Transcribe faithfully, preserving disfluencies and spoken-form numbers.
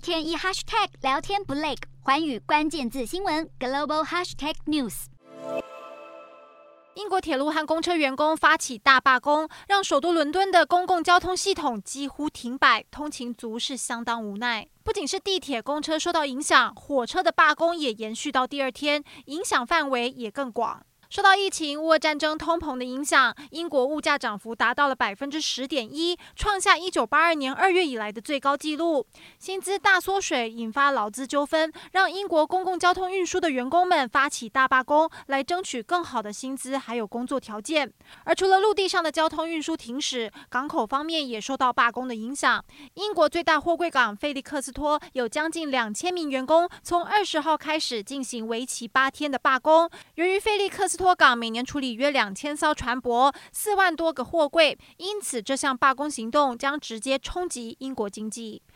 天一 hashtag 聊天不累，寰宇关键字新闻 global hashtag news。 英国铁路和公车员工发起大罢工，让首都伦敦的公共交通系统几乎停摆，通勤族是相当无奈。不仅是地铁、公车受到影响，火车的罢工也延续到第二天，影响范围也更广。受到疫情、乌俄战争、通膨的影响，英国物价涨幅达到了百分之十点一，创下一九八二年二月以来的最高纪录。薪资大缩水引发劳资纠纷，让英国公共交通运输的员工们发起大罢工，来争取更好的薪资还有工作条件。而除了陆地上的交通运输停驶，港口方面也受到罢工的影响。英国最大货柜港菲利克斯托有将近两千名员工，从二十号开始进行为期八天的罢工。由于菲利克斯托港每年处理约两千艘船舶，四万多个货柜，因此这项罢工行动将直接冲击英国经济。